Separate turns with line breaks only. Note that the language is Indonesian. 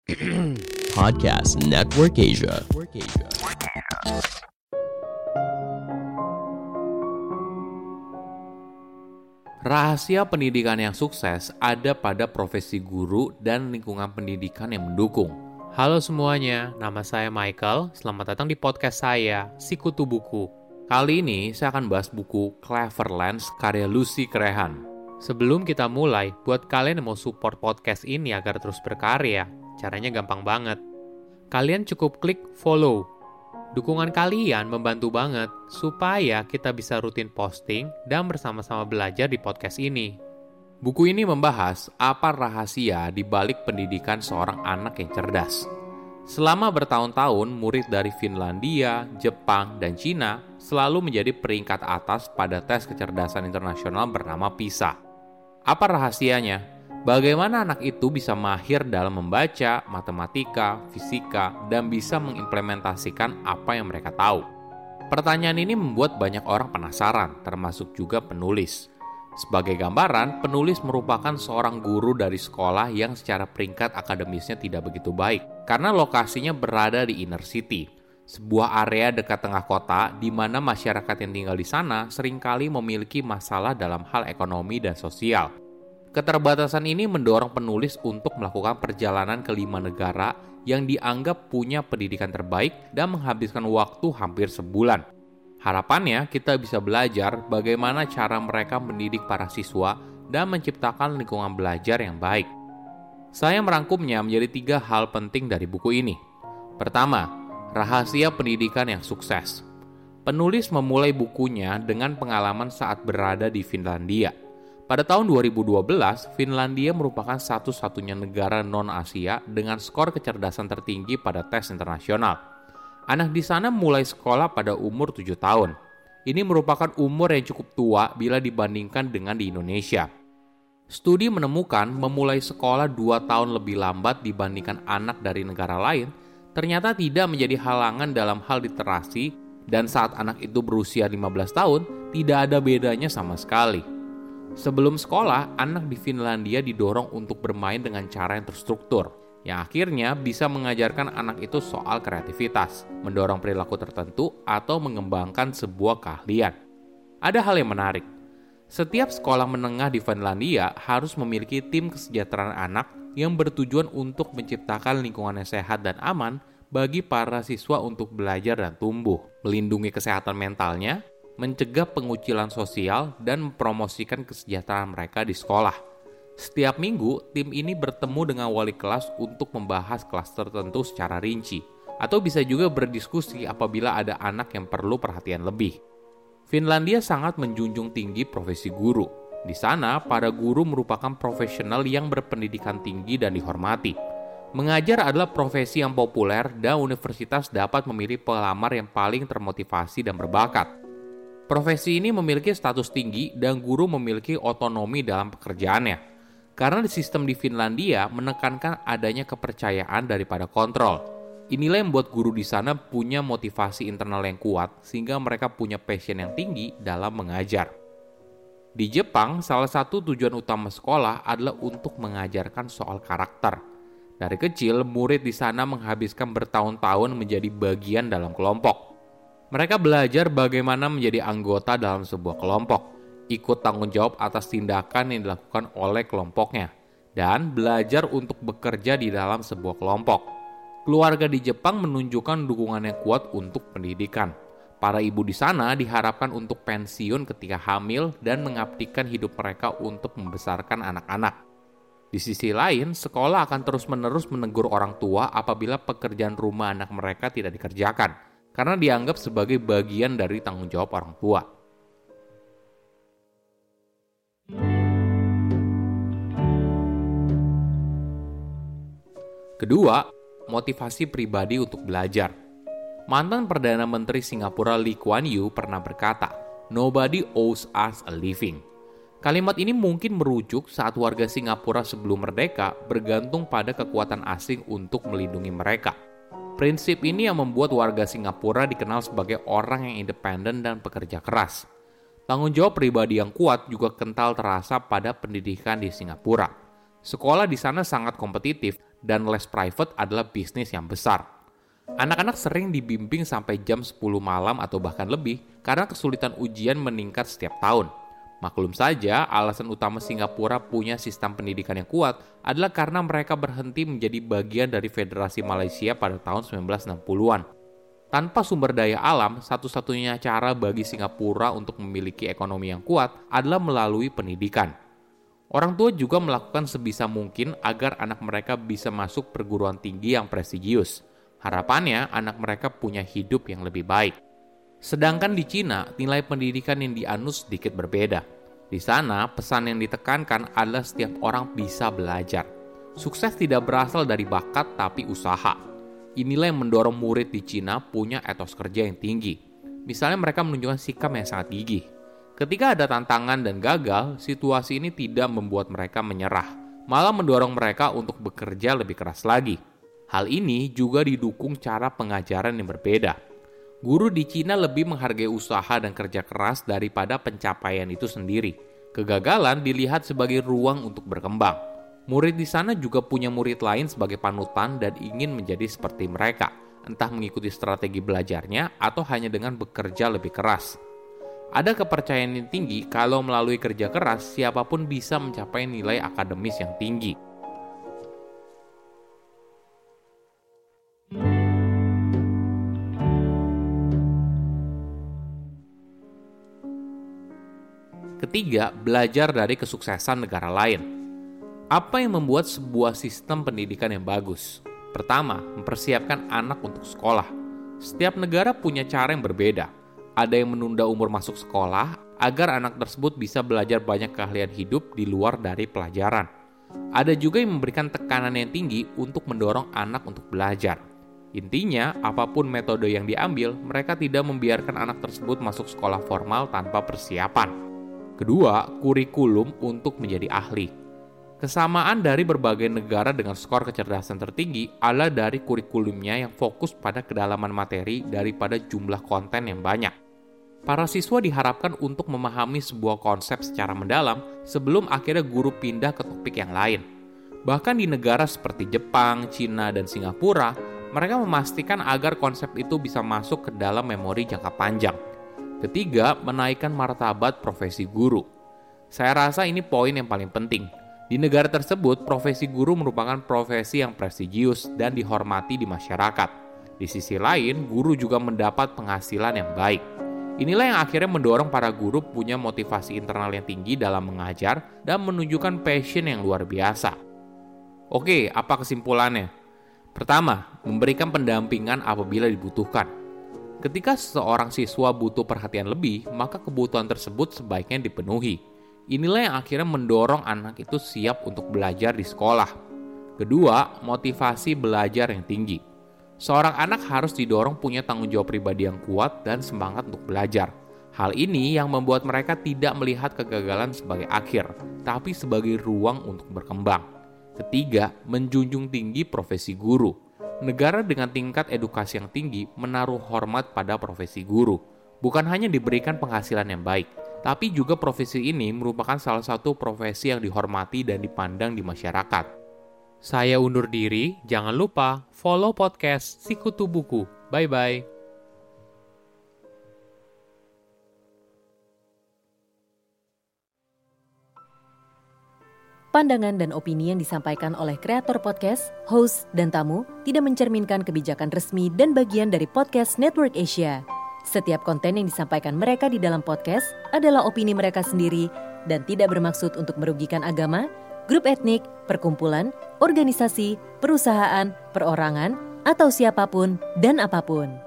Podcast Network Asia.
Rahasia pendidikan yang sukses ada pada profesi guru dan lingkungan pendidikan yang mendukung.
Halo semuanya, nama saya Michael. Selamat datang di podcast saya, Sikutu Buku.
Kali ini saya akan bahas buku Cleverlands karya Lucy Crehan.
Sebelum kita mulai, buat kalian yang mau support podcast ini agar terus berkarya, caranya gampang banget. Kalian cukup klik follow. Dukungan kalian membantu banget supaya kita bisa rutin posting dan bersama-sama belajar di podcast ini.
Buku ini membahas apa rahasia di balik pendidikan seorang anak yang cerdas. Selama bertahun-tahun, murid dari Finlandia, Jepang, dan Cina selalu menjadi peringkat atas pada tes kecerdasan internasional bernama PISA. Apa rahasianya? Bagaimana anak itu bisa mahir dalam membaca, matematika, fisika, dan bisa mengimplementasikan apa yang mereka tahu? Pertanyaan ini membuat banyak orang penasaran, termasuk juga penulis. Sebagai gambaran, penulis merupakan seorang guru dari sekolah yang secara peringkat akademisnya tidak begitu baik, karena lokasinya berada di inner city, sebuah area dekat tengah kota di mana masyarakat yang tinggal di sana seringkali memiliki masalah dalam hal ekonomi dan sosial. Keterbatasan ini mendorong penulis untuk melakukan perjalanan ke 5 negara yang dianggap punya pendidikan terbaik dan menghabiskan waktu hampir sebulan. Harapannya kita bisa belajar bagaimana cara mereka mendidik para siswa dan menciptakan lingkungan belajar yang baik. Saya merangkumnya menjadi 3 hal penting dari buku ini. Pertama, rahasia pendidikan yang sukses. Penulis memulai bukunya dengan pengalaman saat berada di Finlandia. Pada tahun 2012, Finlandia merupakan satu-satunya negara non-Asia dengan skor kecerdasan tertinggi pada tes internasional. Anak di sana mulai sekolah pada umur 7 tahun. Ini merupakan umur yang cukup tua bila dibandingkan dengan di Indonesia. Studi menemukan memulai sekolah 2 tahun lebih lambat dibandingkan anak dari negara lain ternyata tidak menjadi halangan dalam hal literasi, dan saat anak itu berusia 15 tahun, tidak ada bedanya sama sekali. Sebelum sekolah, anak di Finlandia didorong untuk bermain dengan cara yang terstruktur, yang akhirnya bisa mengajarkan anak itu soal kreativitas, mendorong perilaku tertentu, atau mengembangkan sebuah keahlian. Ada hal yang menarik. Setiap sekolah menengah di Finlandia harus memiliki tim kesejahteraan anak yang bertujuan untuk menciptakan lingkungan yang sehat dan aman bagi para siswa untuk belajar dan tumbuh, melindungi kesehatan mentalnya, mencegah pengucilan sosial, dan mempromosikan kesejahteraan mereka di sekolah. Setiap minggu, tim ini bertemu dengan wali kelas untuk membahas kelas tertentu secara rinci, atau bisa juga berdiskusi apabila ada anak yang perlu perhatian lebih. Finlandia sangat menjunjung tinggi profesi guru. Di sana, para guru merupakan profesional yang berpendidikan tinggi dan dihormati. Mengajar adalah profesi yang populer dan universitas dapat memilih pelamar yang paling termotivasi dan berbakat. Profesi ini memiliki status tinggi dan guru memiliki otonomi dalam pekerjaannya. Karena sistem di Finlandia menekankan adanya kepercayaan daripada kontrol. Inilah yang membuat guru di sana punya motivasi internal yang kuat sehingga mereka punya passion yang tinggi dalam mengajar. Di Jepang, salah satu tujuan utama sekolah adalah untuk mengajarkan soal karakter. Dari kecil, murid di sana menghabiskan bertahun-tahun menjadi bagian dalam kelompok. Mereka belajar bagaimana menjadi anggota dalam sebuah kelompok, ikut tanggung jawab atas tindakan yang dilakukan oleh kelompoknya, dan belajar untuk bekerja di dalam sebuah kelompok. Keluarga di Jepang menunjukkan dukungan yang kuat untuk pendidikan. Para ibu di sana diharapkan untuk pensiun ketika hamil dan mengabdikan hidup mereka untuk membesarkan anak-anak. Di sisi lain, sekolah akan terus-menerus menegur orang tua apabila pekerjaan rumah anak mereka tidak dikerjakan, karena dianggap sebagai bagian dari tanggung jawab orang tua. Kedua, motivasi pribadi untuk belajar. Mantan Perdana Menteri Singapura Lee Kuan Yew pernah berkata, "Nobody owes us a living." Kalimat ini mungkin merujuk saat warga Singapura sebelum merdeka bergantung pada kekuatan asing untuk melindungi mereka. Prinsip ini yang membuat warga Singapura dikenal sebagai orang yang independen dan pekerja keras. Tanggung jawab pribadi yang kuat juga kental terasa pada pendidikan di Singapura. Sekolah di sana sangat kompetitif dan les private adalah bisnis yang besar. Anak-anak sering dibimbing sampai jam 10 malam atau bahkan lebih karena kesulitan ujian meningkat setiap tahun. Maklum saja, alasan utama Singapura punya sistem pendidikan yang kuat adalah karena mereka berhenti menjadi bagian dari Federasi Malaysia pada tahun 1960-an. Tanpa sumber daya alam, satu-satunya cara bagi Singapura untuk memiliki ekonomi yang kuat adalah melalui pendidikan. Orang tua juga melakukan sebisa mungkin agar anak mereka bisa masuk perguruan tinggi yang prestisius. Harapannya, anak mereka punya hidup yang lebih baik. Sedangkan di Cina, nilai pendidikan yang dianut sedikit berbeda. Di sana, pesan yang ditekankan adalah setiap orang bisa belajar. Sukses tidak berasal dari bakat tapi usaha. Inilah yang mendorong murid di Cina punya etos kerja yang tinggi. Misalnya mereka menunjukkan sikap yang sangat gigih. Ketika ada tantangan dan gagal, situasi ini tidak membuat mereka menyerah, malah mendorong mereka untuk bekerja lebih keras lagi. Hal ini juga didukung cara pengajaran yang berbeda. Guru di Cina lebih menghargai usaha dan kerja keras daripada pencapaian itu sendiri. Kegagalan dilihat sebagai ruang untuk berkembang. Murid di sana juga punya murid lain sebagai panutan dan ingin menjadi seperti mereka, entah mengikuti strategi belajarnya atau hanya dengan bekerja lebih keras. Ada kepercayaan yang tinggi kalau melalui kerja keras, siapapun bisa mencapai nilai akademis yang tinggi. Ketiga, belajar dari kesuksesan negara lain. Apa yang membuat sebuah sistem pendidikan yang bagus? Pertama, mempersiapkan anak untuk sekolah. Setiap negara punya cara yang berbeda. Ada yang menunda umur masuk sekolah agar anak tersebut bisa belajar banyak keahlian hidup di luar dari pelajaran. Ada juga yang memberikan tekanan yang tinggi untuk mendorong anak untuk belajar. Intinya, apapun metode yang diambil, mereka tidak membiarkan anak tersebut masuk sekolah formal tanpa persiapan. Kedua, kurikulum untuk menjadi ahli. Kesamaan dari berbagai negara dengan skor kecerdasan tertinggi adalah dari kurikulumnya yang fokus pada kedalaman materi daripada jumlah konten yang banyak. Para siswa diharapkan untuk memahami sebuah konsep secara mendalam sebelum akhirnya guru pindah ke topik yang lain. Bahkan di negara seperti Jepang, Cina, dan Singapura, mereka memastikan agar konsep itu bisa masuk ke dalam memori jangka panjang. Ketiga, menaikkan martabat profesi guru. Saya rasa ini poin yang paling penting. Di negara tersebut, profesi guru merupakan profesi yang prestisius dan dihormati di masyarakat. Di sisi lain, guru juga mendapat penghasilan yang baik. Inilah yang akhirnya mendorong para guru punya motivasi internal yang tinggi dalam mengajar dan menunjukkan passion yang luar biasa. Oke, apa kesimpulannya? Pertama, memberikan pendampingan apabila dibutuhkan. Ketika seseorang siswa butuh perhatian lebih, maka kebutuhan tersebut sebaiknya dipenuhi. Inilah yang akhirnya mendorong anak itu siap untuk belajar di sekolah. Kedua, motivasi belajar yang tinggi. Seorang anak harus didorong punya tanggung jawab pribadi yang kuat dan semangat untuk belajar. Hal ini yang membuat mereka tidak melihat kegagalan sebagai akhir, tapi sebagai ruang untuk berkembang. Ketiga, menjunjung tinggi profesi guru. Negara dengan tingkat edukasi yang tinggi menaruh hormat pada profesi guru. Bukan hanya diberikan penghasilan yang baik, tapi juga profesi ini merupakan salah satu profesi yang dihormati dan dipandang di masyarakat. Saya undur diri, jangan lupa follow podcast Sikutu Buku. Bye-bye.
Pandangan dan opini yang disampaikan oleh kreator podcast, host, dan tamu tidak mencerminkan kebijakan resmi dan bagian dari Podcast Network Asia. Setiap konten yang disampaikan mereka di dalam podcast adalah opini mereka sendiri dan tidak bermaksud untuk merugikan agama, grup etnik, perkumpulan, organisasi, perusahaan, perorangan, atau siapapun dan apapun.